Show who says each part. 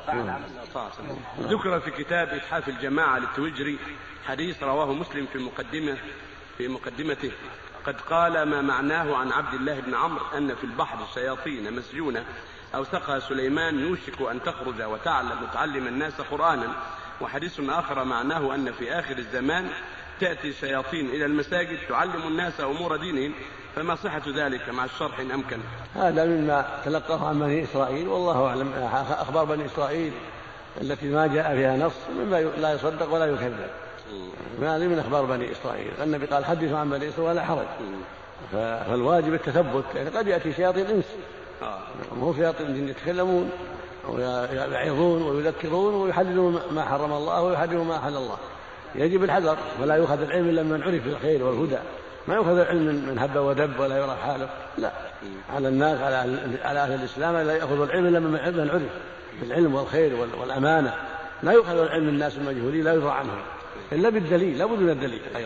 Speaker 1: ذكر في كتاب إتحاف الجماعة للتوجري حديث رواه مسلم في مقدمته قد قال ما معناه عن عبد الله بن عمرو أن في البحر شياطين مسجونة أوثقها سليمان يوشك أن تخرج وتعلم الناس قرآنا. وحديث آخر معناه أن في آخر الزمان تأتي شياطين إلى المساجد تعلم الناس أمور دينهم. فما صحة ذلك مع الشرح إن أمكن؟
Speaker 2: هذا مما تلقاه عن بني إسرائيل والله أعلم. أخبار بني إسرائيل التي ما جاء فيها نص مما لا يصدق ولا يكذب. هذه من أخبار بني إسرائيل. النبي قال حدثوا عن بني إسرائيل ولا حرج. فالواجب التثبت، يعني قد يأتي شياطين إنس وهو شياطين يتكلمون ويعظون ويذكرون ويحدثون ما حرم الله ويحدثون ما أحل الله. يجب الحذر ولا يؤخذ العلم إلا من عرف بالخير والهدى. ما يؤخذ العلم من هب ودب ولا يرى حاله. لا، على الناس على أهل الإسلام لا يأخذ العلم إلا من عرف بالعلم والخير والأمانة. لا يؤخذ العلم من الناس المجهولين لا يرى عنهم إلا بالدليل، لا بد من الدليل.